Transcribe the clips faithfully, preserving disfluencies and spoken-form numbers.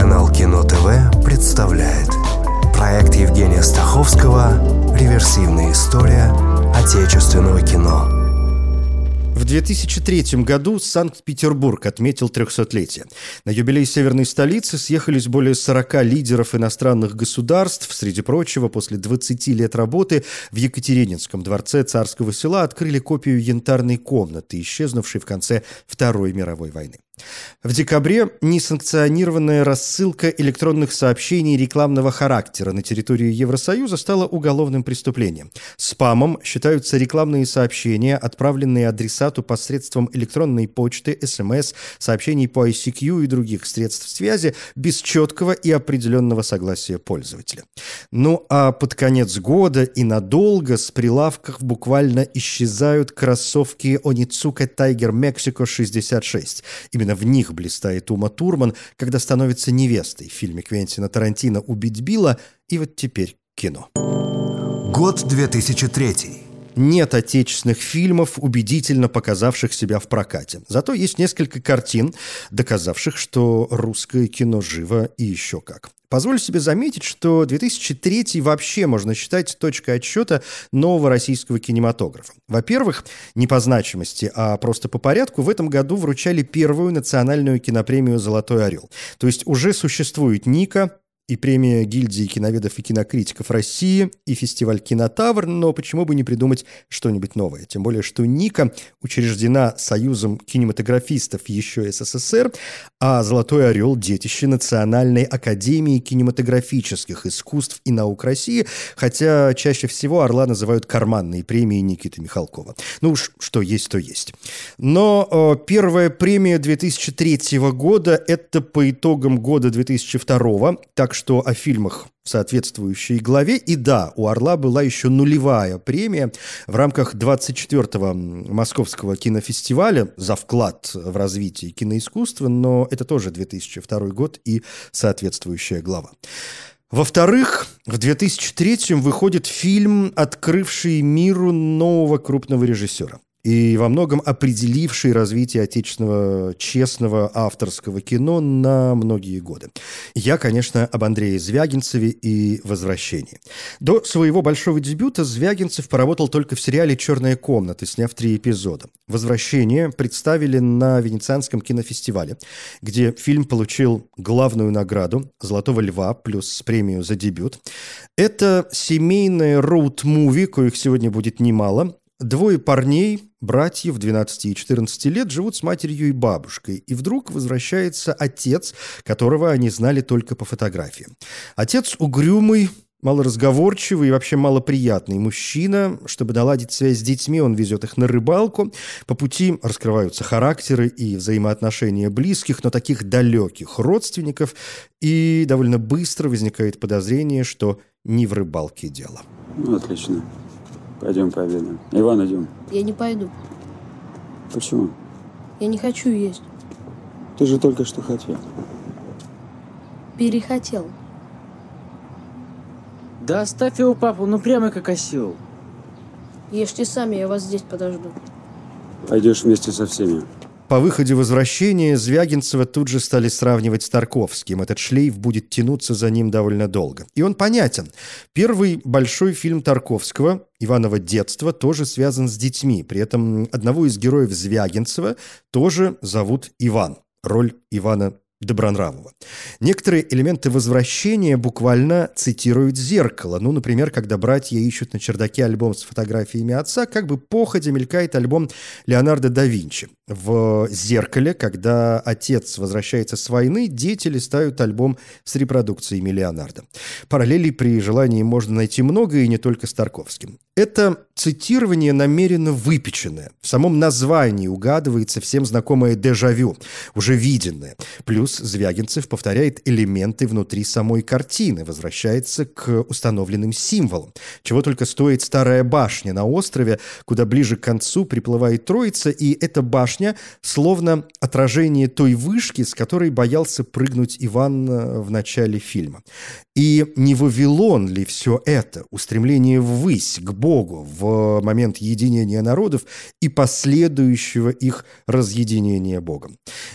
Телеканал Кино ТВ представляет проект Евгения Стаховского «Реверсивная история отечественного кино». В две тысячи третьем году Санкт-Петербург отметил трехсотлетие. На юбилей северной столицы съехались более сорока лидеров иностранных государств. Среди прочего, после двадцати лет работы в Екатерининском дворце Царского Села открыли копию янтарной комнаты, исчезнувшей в конце Второй мировой войны. В декабре несанкционированная рассылка электронных сообщений рекламного характера на территории Евросоюза стала уголовным преступлением. Спамом считаются рекламные сообщения, отправленные адресату посредством электронной почты, СМС, сообщений по ай си кью и других средств связи без четкого и определенного согласия пользователя. Ну а под конец года и надолго с прилавков буквально исчезают кроссовки Onitsuka Tiger Mexico шестьдесят шесть. Именно в них блистает Ума Турман, когда становится невестой в фильме Квентина Тарантино «Убить Билла», и вот теперь кино. Год две тысячи третий. Нет отечественных фильмов, убедительно показавших себя в прокате. Зато есть несколько картин, доказавших, что русское кино живо и еще как. Позволю себе заметить, что две тысячи третий вообще можно считать точкой отсчета нового российского кинематографа. Во-первых, не по значимости, а просто по порядку в этом году вручали первую национальную кинопремию «Золотой орел». То есть уже существует Ника, и премия гильдии киноведов и кинокритиков России, и фестиваль «Кинотавр», но почему бы не придумать что-нибудь новое? Тем более, что Ника учреждена Союзом кинематографистов еще СССР, а «Золотой орел» — детище Национальной академии кинематографических искусств и наук России, хотя чаще всего «Орла» называют карманной премией Никиты Михалкова. Ну уж что есть, то есть. Но э, первая премия две тысячи третьего года — это по итогам года две тысячи второго, так что о фильмах в соответствующей главе. И да, у «Орла» была еще нулевая премия в рамках двадцать четвёртого Московского кинофестиваля за вклад в развитие киноискусства, но это тоже две тысячи второй год и соответствующая глава. Во-вторых, в две тысячи третьем выходит фильм, открывший миру нового крупного режиссера и во многом определивший развитие отечественного честного авторского кино на многие годы. Я, конечно, об Андрее Звягинцеве и «Возвращении». До своего большого дебюта Звягинцев поработал только в сериале «Черная комната», сняв три эпизода. «Возвращение» представили на Венецианском кинофестивале, где фильм получил главную награду «Золотого льва» плюс премию за дебют. Это семейное роуд-муви, коих сегодня будет немало. Двое парней, братьев двенадцати и четырнадцати лет, живут с матерью и бабушкой, и вдруг возвращается отец, которого они знали только по фотографиям. Отец угрюмый, малоразговорчивый и вообще малоприятный мужчина. Чтобы наладить связь с детьми, он везет их на рыбалку. По пути раскрываются характеры и взаимоотношения близких, но таких далеких родственников, и довольно быстро возникает подозрение, что не в рыбалке дело. Ну, отлично. Пойдем пообедаем. Иван, идем. Я не пойду. Почему? Я не хочу есть. Ты же только что хотел. Перехотел. Да оставь его, папу, ну прямо как осел. Ешьте сами, я вас здесь подожду. Пойдешь вместе со всеми. По выходе «Возвращения» Звягинцева тут же стали сравнивать с Тарковским. Этот шлейф будет тянуться за ним довольно долго. И он понятен. Первый большой фильм Тарковского, «Иваново детство», тоже связан с детьми. При этом одного из героев Звягинцева тоже зовут Иван. Роль Ивана Добронравова. Некоторые элементы «Возвращения» буквально цитируют «Зеркало». Ну, например, когда братья ищут на чердаке альбом с фотографиями отца, как бы походя мелькает альбом Леонардо да Винчи. В «Зеркале», когда отец возвращается с войны, дети листают альбом с репродукциями Леонардо. Параллелей при желании можно найти много, и не только с Тарковским. Это цитирование намеренно выпеченное. В самом названии угадывается всем знакомое дежавю, уже виденное. Плюс Звягинцев повторяет элементы внутри самой картины, возвращается к установленным символам. Чего только стоит старая башня на острове, куда ближе к концу приплывает Троица, и эта башня словно отражение той вышки, с которой боялся прыгнуть Иван в начале фильма. И не Вавилон ли все это? Устремление ввысь, к Богу, в момент единения народов и последующего их разъединения Богом.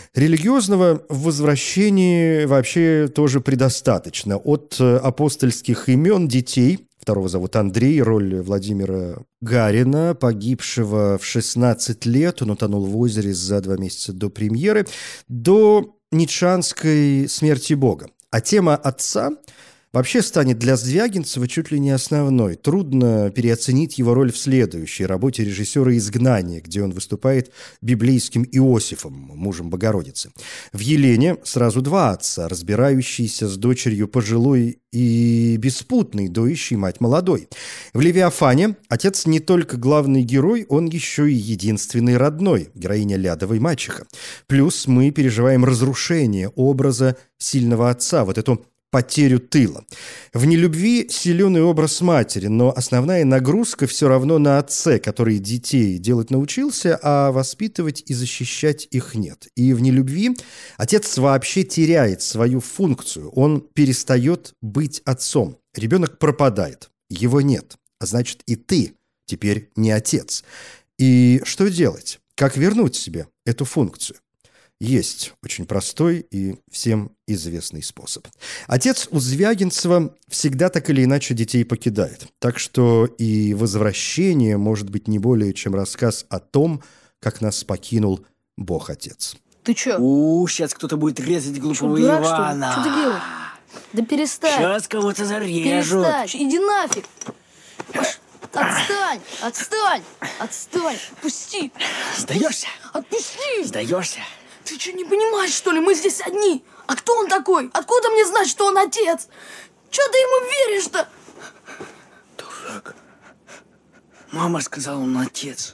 Религиозного в «Возвращении» вообще тоже предостаточно. От апостольских имен детей, второго зовут Андрей, роль Владимира Гарина, погибшего в шестнадцать лет, он утонул в озере за два месяца до премьеры, до ницшеанской «Смерти Бога». А тема отца вообще станет для Звягинцева чуть ли не основной. Трудно переоценить его роль в следующей работе режиссера «Изгнание», где он выступает библейским Иосифом, мужем Богородицы. В «Елене» сразу два отца, разбирающиеся с дочерью пожилой и беспутной, доящей мать молодой. В «Левиафане» отец не только главный герой, он еще и единственный родной, героиня Лядовой мачеха. Плюс мы переживаем разрушение образа сильного отца, вот эту потерю тыла. В «Нелюбви» силен образ матери, но основная нагрузка все равно на отце, который детей делать научился, а воспитывать и защищать их нет. И в «Нелюбви» отец вообще теряет свою функцию, он перестает быть отцом. Ребенок пропадает, его нет, а значит и ты теперь не отец. И что делать? Как вернуть себе эту функцию? Есть очень простой и всем известный способ. Отец у Звягинцева всегда так или иначе детей покидает. Так что и «Возвращение» может быть не более чем рассказ о том, как нас покинул Бог-Отец. Ты чё? У, сейчас кто-то будет резать глупого Что, дурак, что ли? Ивана. Что ты делаешь? Да перестань. Сейчас кого-то зарежут. Перестань. Иди нафиг. Паш, Отстань. Отстань. Отстань. Отпусти. Сдаешься? Отпусти. Сдаешься? Ты что, не понимаешь, что ли? Мы здесь одни. А кто он такой? Откуда мне знать, что он отец? Чё ты ему веришь-то? Дурак. Мама сказала, он отец.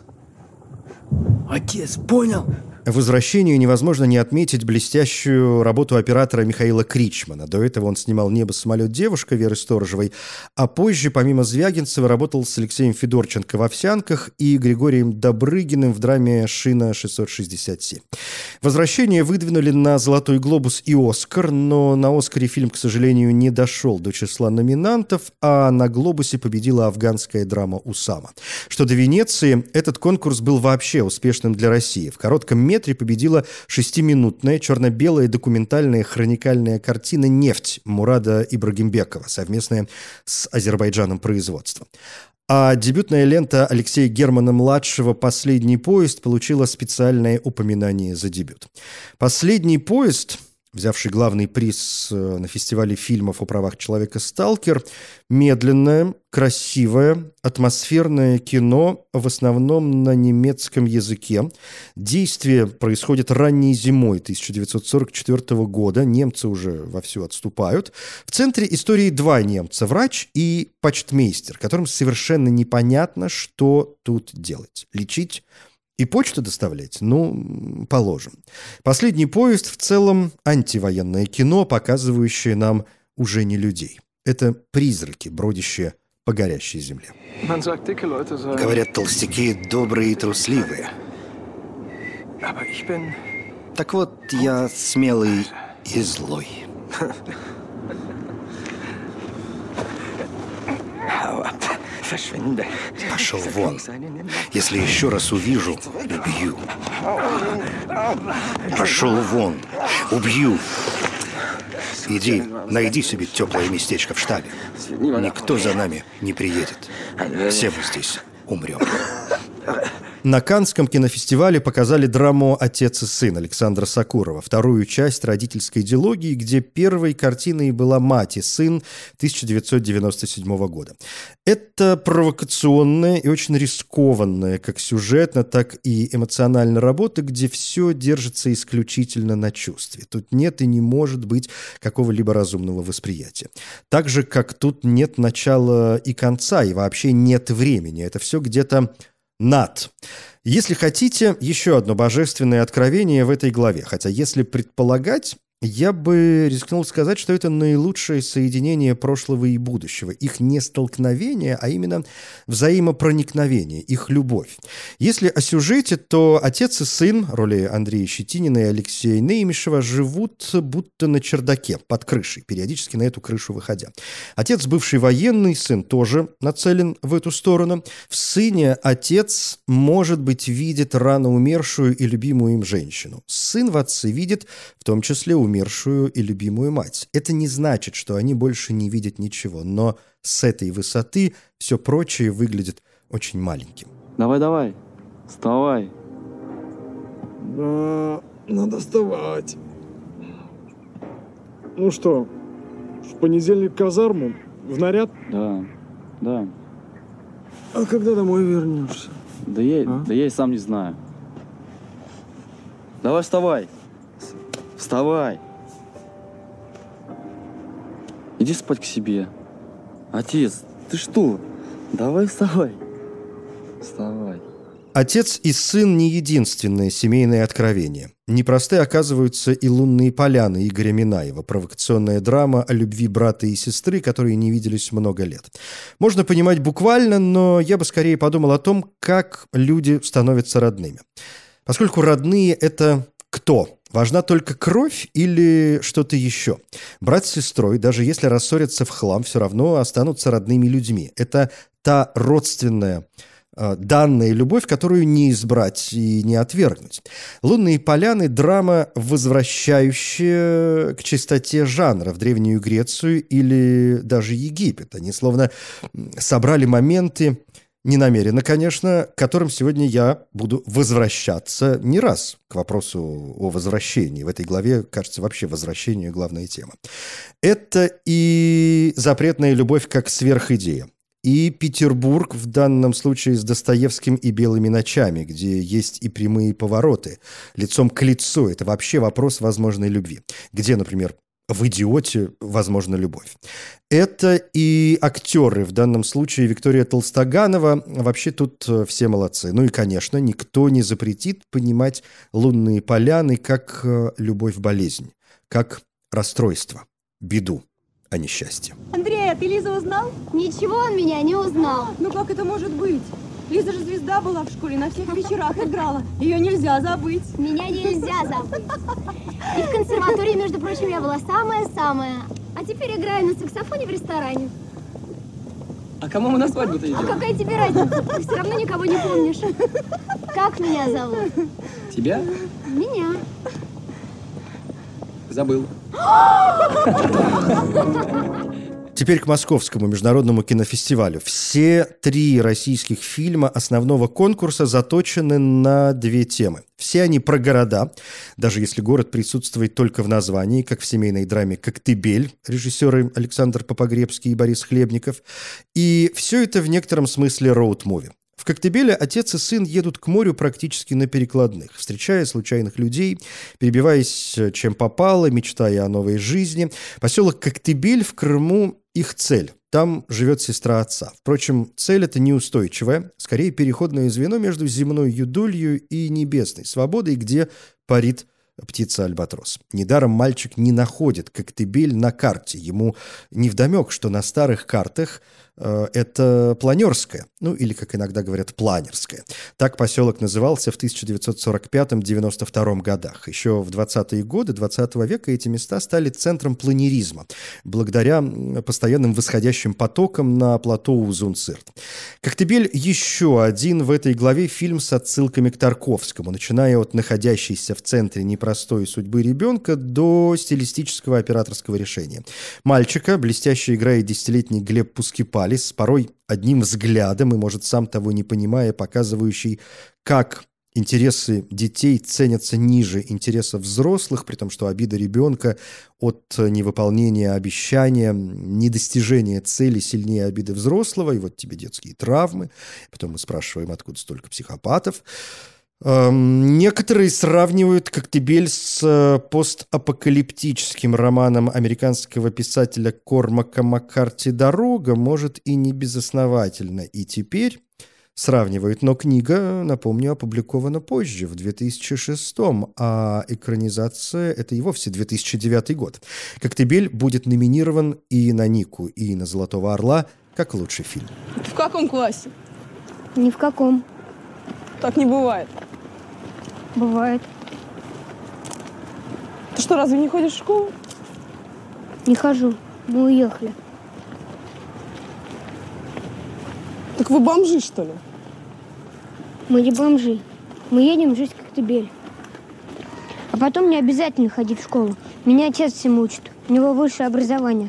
Отец, понял? «Возвращению» невозможно не отметить блестящую работу оператора Михаила Кричмана. До этого он снимал «Небо, самолет, девушка» Веры Сторожевой, а позже, помимо Звягинцева, работал с Алексеем Федорченко в «Овсянках» и Григорием Добрыгиным в драме «Шина шестьсот шестьдесят семь». «Возвращение» выдвинули на «Золотой глобус» и «Оскар», но на «Оскаре» фильм, к сожалению, не дошел до числа номинантов, а на «Глобусе» победила афганская драма «Усама». Что до Венеции, этот конкурс был вообще успешным для России. В коротком метре победила шестиминутная черно-белая документальная хроникальная картина «Нефть» Мурада Ибрагимбекова, совместная с Азербайджаном производства. А дебютная лента Алексея Германа-младшего «Последний поезд» получила специальное упоминание за дебют. «Последний поезд», взявший главный приз на фестивале фильмов о правах человека «Сталкер», медленное, красивое, атмосферное кино, в основном на немецком языке. Действие происходит ранней зимой тысяча девятьсот сорок четвёртого года. Немцы уже вовсю отступают. В центре истории два немца – врач и почтмейстер, которым совершенно непонятно, что тут делать. Лечить и почту доставлять? Ну, положим. «Последний поезд» в целом антивоенное кино, показывающее нам уже не людей. Это призраки, бродящие по горящей земле. Говорят, толстяки добрые и трусливые. Так вот, я смелый и злой. Пошел вон. Если еще раз увижу, убью. Пошел вон. Убью. Иди, найди себе теплое местечко в штабе. Никто за нами не приедет. Все мы здесь умрем. На Каннском кинофестивале показали драму «Отец и сын» Александра Сокурова, вторую часть родительской дилогии, где первой картиной была «Мать и сын» тысяча девятьсот девяносто седьмого года. Это провокационная и очень рискованная как сюжетно, так и эмоционально работа, где все держится исключительно на чувстве. Тут нет и не может быть какого-либо разумного восприятия. Так же, как тут нет начала и конца, и вообще нет времени. Это все где-то над. Если хотите, еще одно божественное откровение в этой главе. Хотя если предполагать, я бы рискнул сказать, что это наилучшее соединение прошлого и будущего. Их не столкновение, а именно взаимопроникновение, их любовь. Если о сюжете, то отец и сын, роли Андрея Щетинина и Алексея Неймишева, живут будто на чердаке, под крышей, периодически на эту крышу выходя. Отец бывший военный, сын тоже нацелен в эту сторону. В сыне отец, может быть, видит рано умершую и любимую им женщину. Сын в отце видит в том числе умершую и любимую мать. Это не значит, что они больше не видят ничего, но с этой высоты все прочее выглядит очень маленьким. Давай, давай, вставай. Да, надо вставать. Ну что, в понедельник в казарму? В наряд? Да, да. А когда домой вернешься? Да я, А? да я и сам не знаю. Давай, вставай. Вставай. Иди спать к себе. Отец, ты что? Давай вставай. Вставай. Отец и сын не единственное семейное откровение. Непросты оказываются и «Лунные поляны» Игоря Минаева, провокационная драма о любви брата и сестры, которые не виделись много лет. Можно понимать буквально, но я бы скорее подумал о том, как люди становятся родными. Поскольку родные – это кто? Важна только кровь или что-то еще? Брат с сестрой, даже если рассорятся в хлам, все равно останутся родными людьми. Это та родственная, э, данная любовь, которую не избрать и не отвергнуть. «Лунные поляны» – драма, возвращающая к чистоте жанра в Древнюю Грецию или даже Египет. Они словно собрали моменты, не намеренно, конечно, к которым сегодня я буду возвращаться не раз к вопросу о возвращении. В этой главе, кажется, вообще возвращение – главная тема. Это и запретная любовь как сверхидея, и Петербург, в данном случае с Достоевским и «Белыми ночами», где есть и прямые повороты, лицом к лицу. Это вообще вопрос возможной любви. Где, например, в «Идиоте» возможна любовь. Это и актеры, в данном случае Виктория Толстоганова. Вообще тут все молодцы. Ну и, конечно, никто не запретит понимать «Лунные поляны» как любовь-болезнь, как расстройство, беду, а не счастье. Андрей, а ты Лизу узнал? Ничего он меня не узнал. Ну как это может быть? Лиза же звезда была в школе, на всех вечерах играла. Ее нельзя забыть. Меня нельзя забыть. И в консерватории, между прочим, я была самая-самая. А теперь играю на саксофоне в ресторане. А кому мы на свадьбу-то идем? А какая тебе разница? Ты все равно никого не помнишь. Как меня зовут? Тебя? Меня. Забыл. Теперь к Московскому международному кинофестивалю. Все три российских фильма основного конкурса заточены на две темы. Все они про города, даже если город присутствует только в названии, как в семейной драме «Коктебель» режиссеры Александр Попогребский и Борис Хлебников. И все это в некотором смысле роуд-муви. В Коктебеле отец и сын едут к морю практически на перекладных, встречая случайных людей, перебиваясь чем попало, мечтая о новой жизни. Поселок Коктебель в Крыму – их цель. Там живет сестра отца. Впрочем, цель эта неустойчивая, скорее переходное звено между земной юдолью и небесной свободой, где парит птица-альбатрос. Недаром мальчик не находит Коктебель на карте. Ему невдомек, что на старых картах э, это планерская, ну или, как иногда говорят, планерская. Так поселок назывался в тысяча девятьсот сорок пятом — девяносто втором годах. Еще в двадцатые годы двадцатого века эти места стали центром планеризма, благодаря постоянным восходящим потокам на плато Узунцирт. Коктебель – еще один в этой главе фильм с отсылками к Тарковскому, начиная от находящейся в центре непростой судьбы ребенка до стилистического операторского решения. Мальчика блестяще играет десятилетний Глеб Пускипалис, порой одним взглядом и, может, сам того не понимая, показывающий, как интересы детей ценятся ниже интересов взрослых, при том, что обида ребенка от невыполнения обещания, недостижения цели сильнее обиды взрослого, и вот тебе детские травмы. Потом мы спрашиваем, откуда столько психопатов. Некоторые сравнивают «Коктебель» с постапокалиптическим романом американского писателя Кормака Маккарти «Дорога», может, и не безосновательно. И теперь сравнивают. Но книга, напомню, опубликована позже, в две тысячи шестом, а экранизация – это и вовсе две тысячи девятый год. «Коктебель» будет номинирован и на Нику, и на «Золотого орла» как лучший фильм. В каком классе? Ни в каком. Так не бывает. Бывает. Ты что, разве не ходишь в школу? Не хожу. Мы уехали. Так вы бомжи, что ли? Мы не бомжи. Мы едем жить в Коктебель. А потом не обязательно ходить в школу. Меня отец всему учит. У него высшее образование.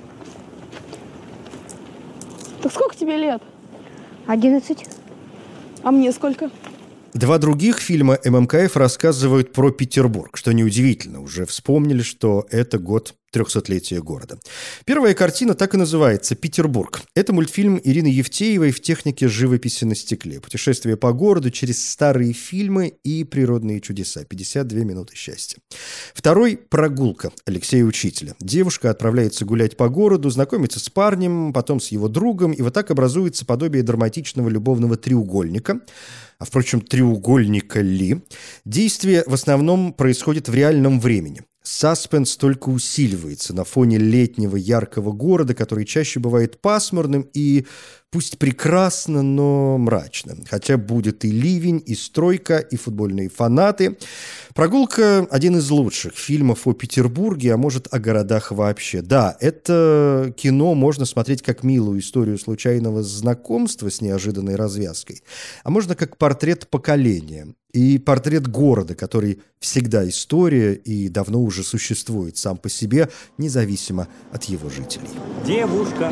Так сколько тебе лет? Одиннадцать. А мне сколько? Два других фильма ММКФ рассказывают про Петербург, что неудивительно, уже вспомнили, что это год трехсотлетия города. Первая картина так и называется «Петербург». Это мультфильм Ирины Евтеевой в технике живописи на стекле. Путешествие по городу через старые фильмы и природные чудеса. пятьдесят две минуты счастья. Второй – «Прогулка» Алексея Учителя. Девушка отправляется гулять по городу, знакомится с парнем, потом с его другом, и вот так образуется подобие драматичного любовного треугольника. А, впрочем, треугольника ли? Действие в основном происходит в реальном времени. Саспенс только усиливается на фоне летнего яркого города, который чаще бывает пасмурным и, пусть прекрасно, но мрачно. Хотя будет и ливень, и стройка, и футбольные фанаты. «Прогулка» – один из лучших фильмов о Петербурге, а может, о городах вообще. Да, это кино можно смотреть как милую историю случайного знакомства с неожиданной развязкой, а можно как портрет поколения. И портрет города, который всегда история и давно уже существует сам по себе, независимо от его жителей. Девушка!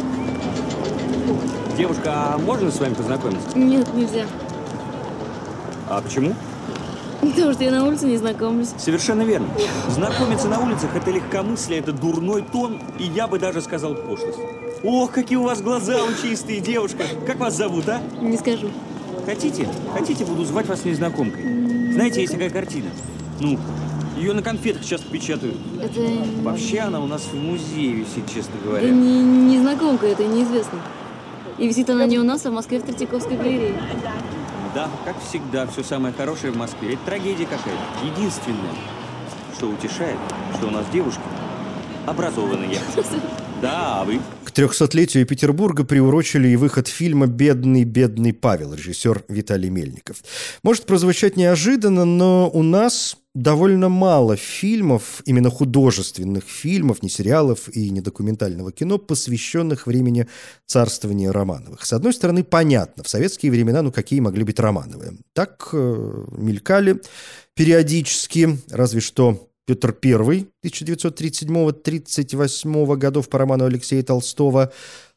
Девушка, а можно с вами познакомиться? Нет, нельзя. А почему? Потому что я на улице не знакомлюсь. Совершенно верно. Знакомиться на улицах – это легкомыслие, это дурной тон, и я бы даже сказал пошлость. Ох, какие у вас глаза чистые, девушка! Как вас зовут, а? Не скажу. Хотите? Хотите, буду звать вас незнакомкой. Знаете, есть такая картина. Ну, ее на конфетах часто печатают. Это... Вообще она у нас в музее висит, честно говоря. Это не незнакомка, это неизвестно. И висит она не у нас, а в Москве в Третьяковской галерее. Да, как всегда, все самое хорошее в Москве. Это трагедия какая-то. Единственное, что утешает, что у нас девушки образованные. Да, а вы? К трехсотлетию Петербурга приурочили и выход фильма «Бедный, бедный Павел», режиссер Виталий Мельников. Может прозвучать неожиданно, но у нас довольно мало фильмов, именно художественных фильмов, не сериалов и не документального кино, посвященных времени царствования Романовых. С одной стороны, понятно, в советские времена, ну какие могли быть Романовы? Так э, мелькали периодически, разве что Петр Первый тысяча девятьсот тридцать седьмого — тридцать восьмого годов по роману Алексея Толстого,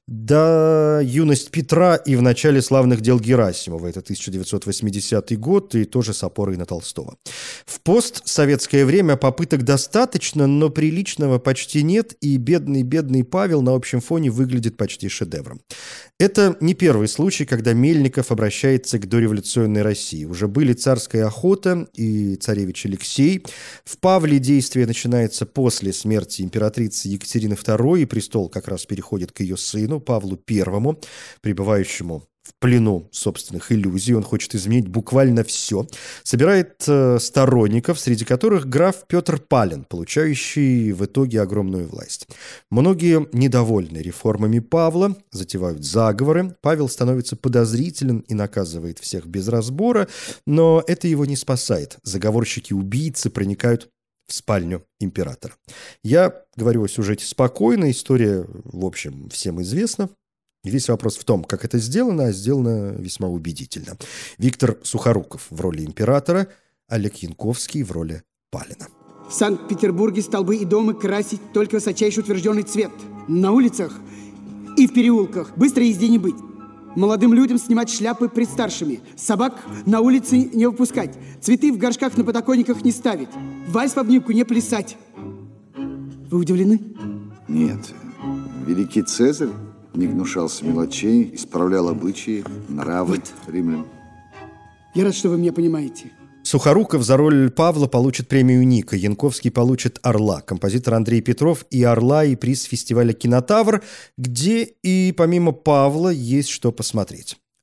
да «Юность Петра» и «В начале славных дел Герасимова». Это тысяча девятьсот восьмидесятый год и тоже с опорой на Толстого. В постсоветское время попыток достаточно, но приличного почти нет, и «Бедный-бедный Павел» на общем фоне выглядит почти шедевром. Это не первый случай, когда Мельников обращается к дореволюционной России. Уже были «Царская охота» и «Царевич Алексей». В «Павле» действие начинается после смерти императрицы Екатерины Второй, и престол как раз переходит к ее сыну Павлу Первому, пребывающему в плену собственных иллюзий. Он хочет изменить буквально все. Собирает э, сторонников, среди которых граф Петр Палин, получающий в итоге огромную власть. Многие недовольны реформами Павла, затевают заговоры. Павел становится подозрителен и наказывает всех без разбора, но это его не спасает. Заговорщики-убийцы проникают в спальню императора. Я говорю о сюжете спокойно, история, в общем, всем известна. Весь вопрос в том, как это сделано, а сделано весьма убедительно. Виктор Сухоруков в роли императора, Олег Янковский в роли Палина. В Санкт-Петербурге столбы и дома красить только высочайший утвержденный цвет. На улицах и в переулках быстрой езде не быть. Молодым людям снимать шляпы пред старшими. Собак на улице не выпускать. Цветы в горшках на подоконниках не ставить. Вальс в обнимку не плясать. Вы удивлены? Нет. Великий Цезарь не гнушался мелочей, исправлял обычаи, нравы вот. Римлян. Я рад, что вы меня понимаете. Сухоруков за роль Павла получит премию Ника, Янковский получит «Орла», композитор Андрей Петров и «Орла» и приз фестиваля «Кинотавр», где и помимо Павла есть что посмотреть.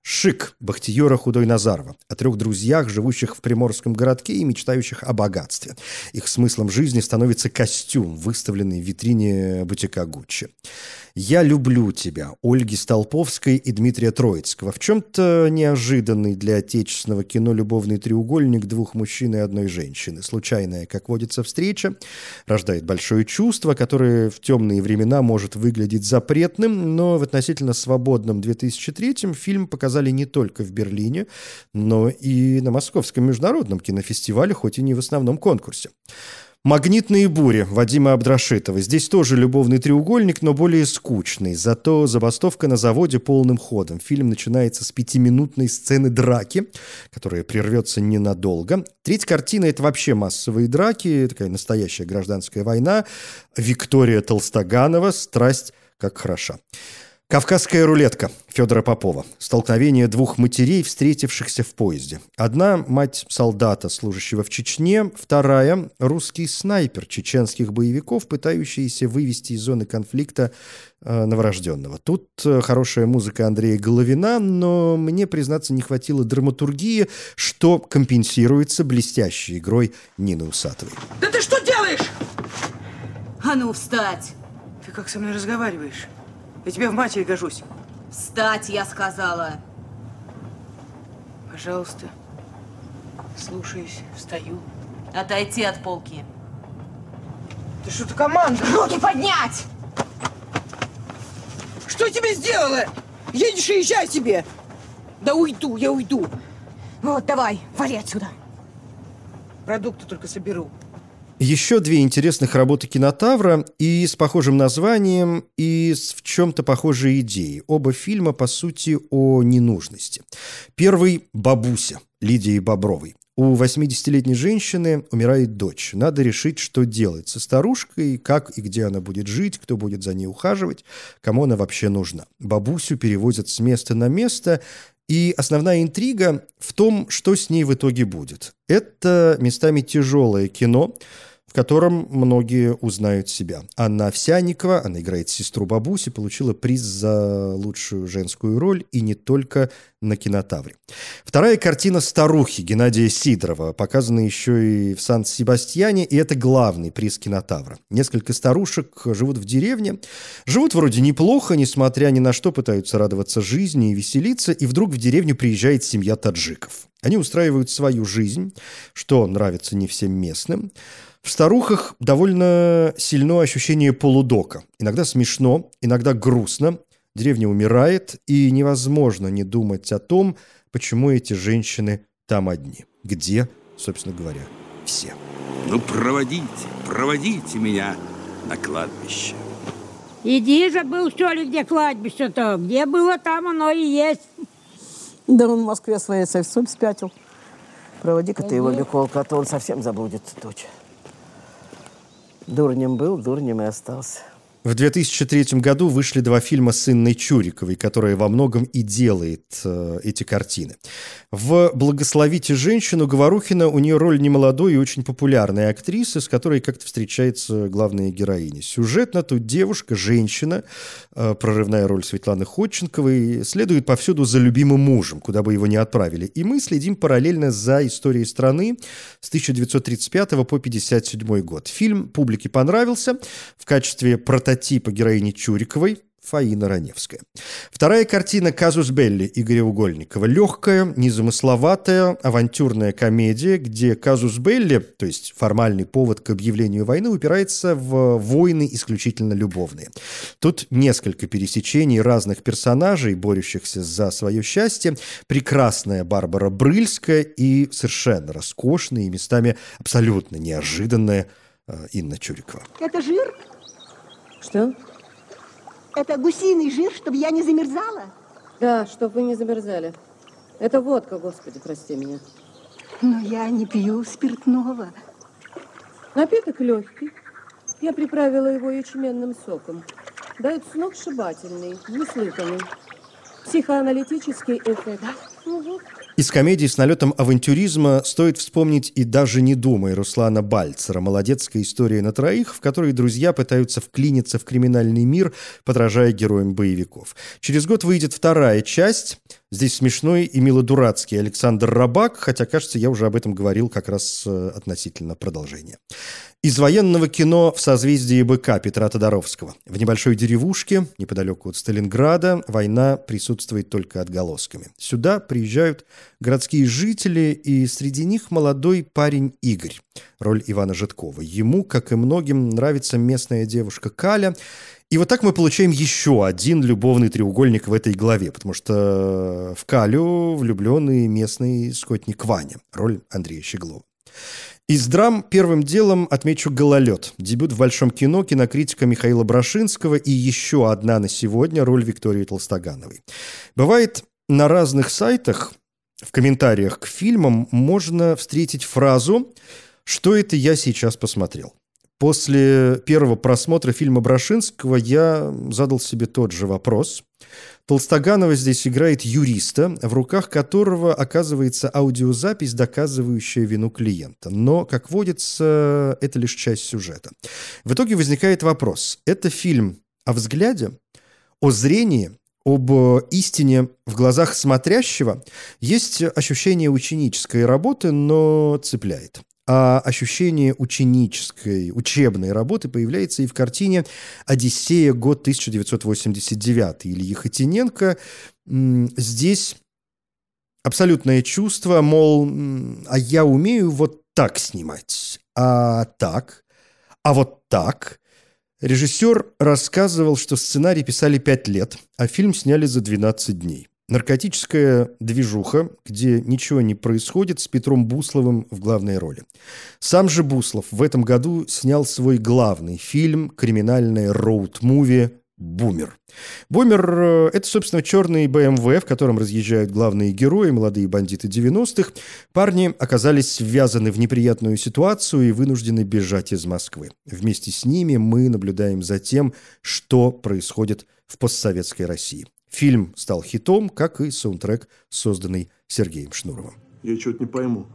«Шик» Бахтиера Худой-Назарова о трех друзьях, живущих в приморском городке и мечтающих о богатстве. Их смыслом жизни становится костюм, выставленный в витрине бутика Гуччи. «Я люблю тебя» Ольги Столповской и Дмитрия Троицкого. В чем-то неожиданный для отечественного кино любовный треугольник двух мужчин и одной женщины. Случайная, как водится, встреча рождает большое чувство, которое в темные времена может выглядеть запретным, но в относительно свободном две тысячи третьем фильм показали не только в Берлине, но и на Московском международном кинофестивале, хоть и не в основном конкурсе. «Магнитные бури» Вадима Абдрашитова. Здесь тоже любовный треугольник, но более скучный. Зато забастовка на заводе полным ходом. Фильм начинается с пятиминутной сцены драки, которая прервется ненадолго. Треть картины – это вообще массовые драки, такая настоящая гражданская война. Виктория Толстоганова «Страсть как хороша». «Кавказская рулетка» Федора Попова. Столкновение двух матерей, встретившихся в поезде. Одна – мать солдата, служащего в Чечне. Вторая – русский снайпер чеченских боевиков, пытающийся вывести из зоны конфликта э, новорожденного. Тут э, хорошая музыка Андрея Головина, но мне, признаться, не хватило драматургии, что компенсируется блестящей игрой Нины Усатовой. Да ты что делаешь? А ну, встать! Ты как со мной разговариваешь? Я тебе в матери гожусь. Встать, я сказала. Пожалуйста. Слушаюсь, встаю. Отойти от полки. Ты что-то команда. Руки поднять! Что я тебе сделала? Едешь и езжай себе. Да уйду, я уйду. Вот, давай, вали отсюда. Продукты только соберу. Еще две интересных работы «Кинотавра» и с похожим названием, и с в чем-то похожей идеей. Оба фильма, по сути, о ненужности. Первый «Бабуся» Лидии Бобровой. У восьмидесятилетней женщины умирает дочь. Надо решить, что делать со старушкой, как и где она будет жить, кто будет за ней ухаживать, кому она вообще нужна. Бабусю перевозят с места на место, и основная интрига в том, что с ней в итоге будет. Это местами тяжелое кино, в котором многие узнают себя. Анна Овсянникова, она играет сестру бабуси, получила приз за лучшую женскую роль, и не только на «Кинотавре». Вторая картина «Старухи» Геннадия Сидорова, показана еще и в Сан-Себастьяне, и это главный приз «Кинотавра». Несколько старушек живут в деревне, живут вроде неплохо, несмотря ни на что, пытаются радоваться жизни и веселиться, и вдруг в деревню приезжает семья таджиков. Они устраивают свою жизнь, что нравится не всем местным. В «Старухах» довольно сильное ощущение полудока. Иногда смешно, иногда грустно. Деревня умирает, и невозможно не думать о том, почему эти женщины там одни. Где, собственно говоря, все. Ну, проводите, проводите меня на кладбище. Иди же был, что ли, где кладбище-то? Где было, там оно и есть. Да он в Москве своей совсем спятил. Проводи-ка ты его, Миколка, а то он совсем заблудится, дочь. Дурнем был, дурнем и остался. В две тысячи третьем году вышли два фильма с Инной Чуриковой, которая во многом и делает э, эти картины. В «Благословите женщину» Говорухина, у нее роль немолодой и очень популярной актрисы, с которой как-то встречается главная героиня. Сюжетно тут девушка, женщина, э, прорывная роль Светланы Ходченковой, следует повсюду за любимым мужем, куда бы его ни отправили. И мы следим параллельно за историей страны с тысяча девятьсот тридцать пятого по пятьдесят седьмой год. Фильм публике понравился. В качестве прототипа типа героини Чуриковой Фаина Раневская. Вторая картина «Казус Белли» Игоря Угольникова. Легкая, незамысловатая, авантюрная комедия, где казус Белли, то есть формальный повод к объявлению войны, упирается в войны исключительно любовные. Тут несколько пересечений разных персонажей, борющихся за свое счастье. Прекрасная Барбара Брыльская и совершенно роскошная и местами абсолютно неожиданная Инна Чурикова. Это жир? Что? Это гусиный жир, чтобы я не замерзала? Да, чтобы вы не замерзали. Это водка, Господи, прости меня. Но я не пью спиртного. Напиток легкий. Я приправила его ячменным соком. Дает сногсшибательный, неслыханный психоаналитический эффект. Да? Угу. Из комедии с налетом авантюризма стоит вспомнить «И даже не думай» Руслана Бальцера. Молодецкая история на троих, в которой друзья пытаются вклиниться в криминальный мир, подражая героям боевиков. Через год выйдет вторая часть. Здесь смешной и милодурацкий Александр Рабак, хотя, кажется, я уже об этом говорил как раз относительно продолжения. Из военного кино «В созвездии быка» Петра Тодоровского. В небольшой деревушке, неподалеку от Сталинграда, война присутствует только отголосками. Сюда приезжают городские жители, и среди них молодой парень Игорь, роль Ивана Житкова. Ему, как и многим, нравится местная девушка Каля. И вот так мы получаем еще один любовный треугольник в этой главе, потому что в Калю влюбленный местный скотник Ваня, роль Андрея Щеглова. Из драм первым делом отмечу «Гололед». Дебют в большом кино кинокритика Михаила Брашинского и еще одна на сегодня роль Виктории Толстогановой. Бывает, на разных сайтах в комментариях к фильмам можно встретить фразу «Что это я сейчас посмотрел?». После первого просмотра фильма Брашинского я задал себе тот же вопрос. Толстоганова здесь играет юриста, в руках которого оказывается аудиозапись, доказывающая вину клиента. Но, как водится, это лишь часть сюжета. В итоге возникает вопрос. Это фильм о взгляде, о зрении, об истине в глазах смотрящего? Есть ощущение ученической работы, но цепляет. А ощущение ученической, учебной работы появляется и в картине «Одиссея. Год тысяча девятьсот восемьдесят девятый» Ильи Хотиненко. Здесь абсолютное чувство, мол, а я умею вот так снимать, а так, а вот так. Режиссер рассказывал, что сценарий писали пять лет, а фильм сняли за двенадцать дней. Наркотическая движуха, где ничего не происходит, с Петром Бусловым в главной роли. Сам же Буслов в этом году снял свой главный фильм, криминальное роуд-муви «Бумер». «Бумер» — это, собственно, черный бэ эм вэ, в котором разъезжают главные герои, молодые бандиты девяностых. Парни оказались ввязаны в неприятную ситуацию и вынуждены бежать из Москвы. Вместе с ними мы наблюдаем за тем, что происходит в постсоветской России. Фильм стал хитом, как и саундтрек, созданный Сергеем Шнуровым. Я что-то не пойму.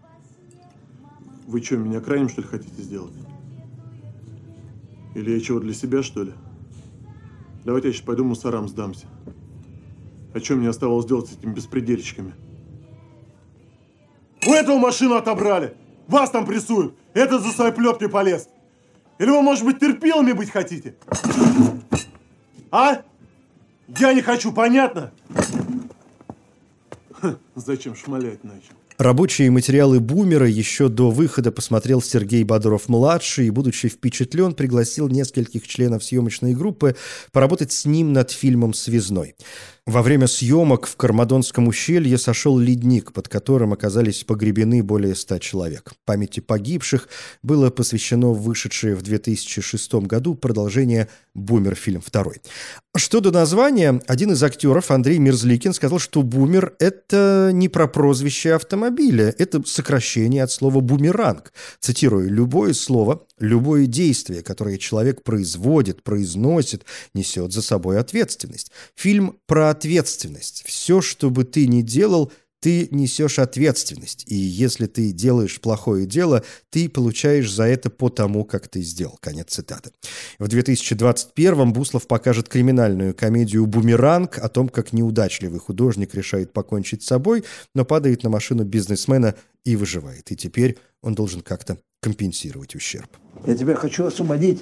Вы что, меня крайним, что ли, хотите сделать? Или я чего для себя, что ли? Давайте я сейчас пойду мусорам сдамся. А что мне оставалось делать с этими беспредельщиками? У этого машину отобрали. Вас там прессуют. Этот за своей плеткой полез. Или вы, может быть, терпилами быть хотите? А? Я не хочу, понятно? Ха, зачем шмалять начал? Рабочие материалы «Бумера» еще до выхода посмотрел Сергей Бодров-младший и, будучи впечатлен, пригласил нескольких членов съемочной группы поработать с ним над фильмом «Связной». Во время съемок в Кармадонском ущелье сошел ледник, под которым оказались погребены более ста человек. Памяти погибших было посвящено вышедшее в две тысячи шестом году продолжение «Бумер» фильм второй. Что до названия, один из актеров, Андрей Мерзликин, сказал, что «Бумер» — это не про прозвище автомобиля, это сокращение от слова «бумеранг». Цитирую: «Любое слово, любое действие, которое человек производит, произносит, несет за собой ответственность». Фильм про ответственность. Все, что бы ты ни делал, ты несешь ответственность. И если ты делаешь плохое дело, ты получаешь за это по тому, как ты сделал. Конец цитаты. В две тысячи двадцать первом Буслов покажет криминальную комедию «Бумеранг» о том, как неудачливый художник решает покончить с собой, но падает на машину бизнесмена и выживает. И теперь он должен как-то компенсировать ущерб. Я тебя хочу освободить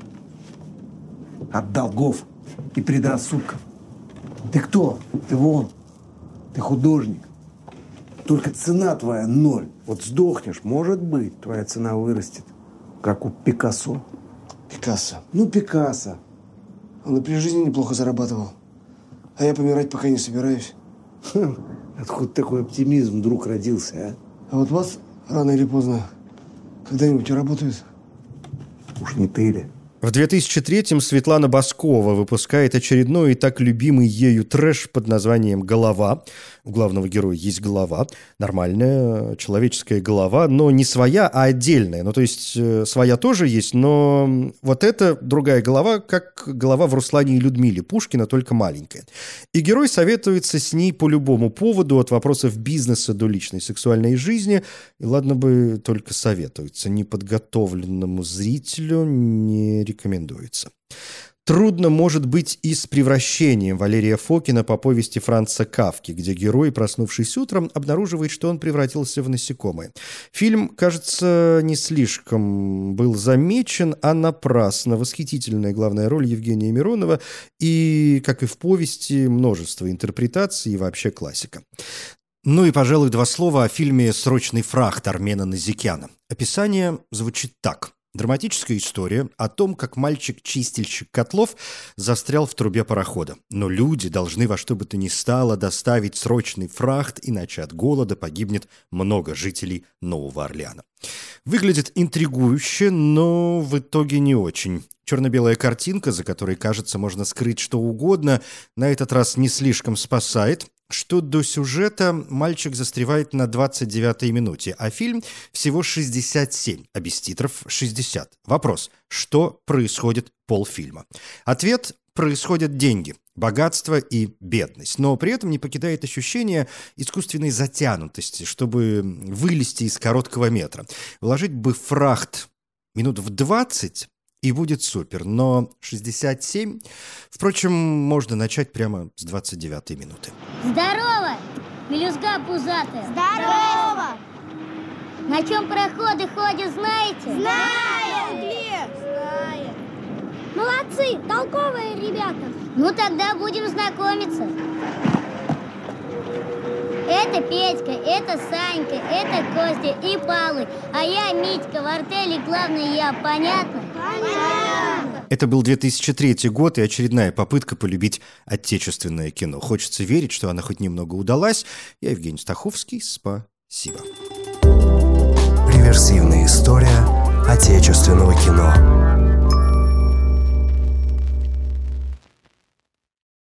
от долгов и предрассудков. Ты кто? Ты вон. Ты художник. Только цена твоя ноль. Вот сдохнешь, может быть, твоя цена вырастет. Как у Пикассо. Пикассо. Ну, Пикассо. Он и при жизни неплохо зарабатывал. А я помирать пока не собираюсь. Откуда такой оптимизм вдруг родился, а? А вот вас рано или поздно когда-нибудь уработают? Уж не ты ли? В две тысячи третьем Светлана Баскова выпускает очередной и так любимый ею трэш под названием «Голова». У главного героя есть голова, нормальная человеческая голова, но не своя, а отдельная. Ну, то есть э, своя тоже есть, но вот эта другая голова, как голова в «Руслане и Людмиле» Пушкина, только маленькая. И герой советуется с ней по любому поводу, от вопросов бизнеса до личной сексуальной жизни. И ладно бы только советуется, неподготовленному зрителю не рекомендуется. Трудно может быть и с «Превращением» Валерия Фокина по повести Франца Кафки, где герой, проснувшись утром, обнаруживает, что он превратился в насекомое. Фильм, кажется, не слишком был замечен, а напрасно. Восхитительная главная роль Евгения Миронова и, как и в повести, множество интерпретаций и вообще классика. Ну и, пожалуй, два слова о фильме «Срочный фрахт» Армена Назикяна. Описание звучит так. Драматическая история о том, как мальчик-чистильщик котлов застрял в трубе парохода. Но люди должны во что бы то ни стало доставить срочный фрахт, иначе от голода погибнет много жителей Нового Орлеана. Выглядит интригующе, но в итоге не очень. Черно-белая картинка, за которой, кажется, можно скрыть что угодно, на этот раз не слишком спасает. Что до сюжета, мальчик застревает на двадцать девятой минуте, а фильм всего шестьдесят семь, а без титров шестьдесят. Вопрос: что происходит полфильма? Ответ: происходят деньги, богатство и бедность, но при этом не покидает ощущение искусственной затянутости, чтобы вылезти из короткого метра. Вложить бы фрахт минут в двадцать, и будет супер, но шестьдесят семь... Впрочем, можно начать прямо с двадцать девятой минуты. Здорово, мелюзга пузатая. Здорово! На чем пароходы ходят, знаете? Знаем! Глеб! Знаем. Молодцы, толковые ребята. Ну, тогда будем знакомиться. Это Петька, это Санька, это Костя и Павлы. А я Митька, в артели главный я. Понятно? Понятно. Это был две тысячи третий год и очередная попытка полюбить отечественное кино. Хочется верить, что она хоть немного удалась. Я Евгений Стаховский. Спасибо. Реверсивная история отечественного кино.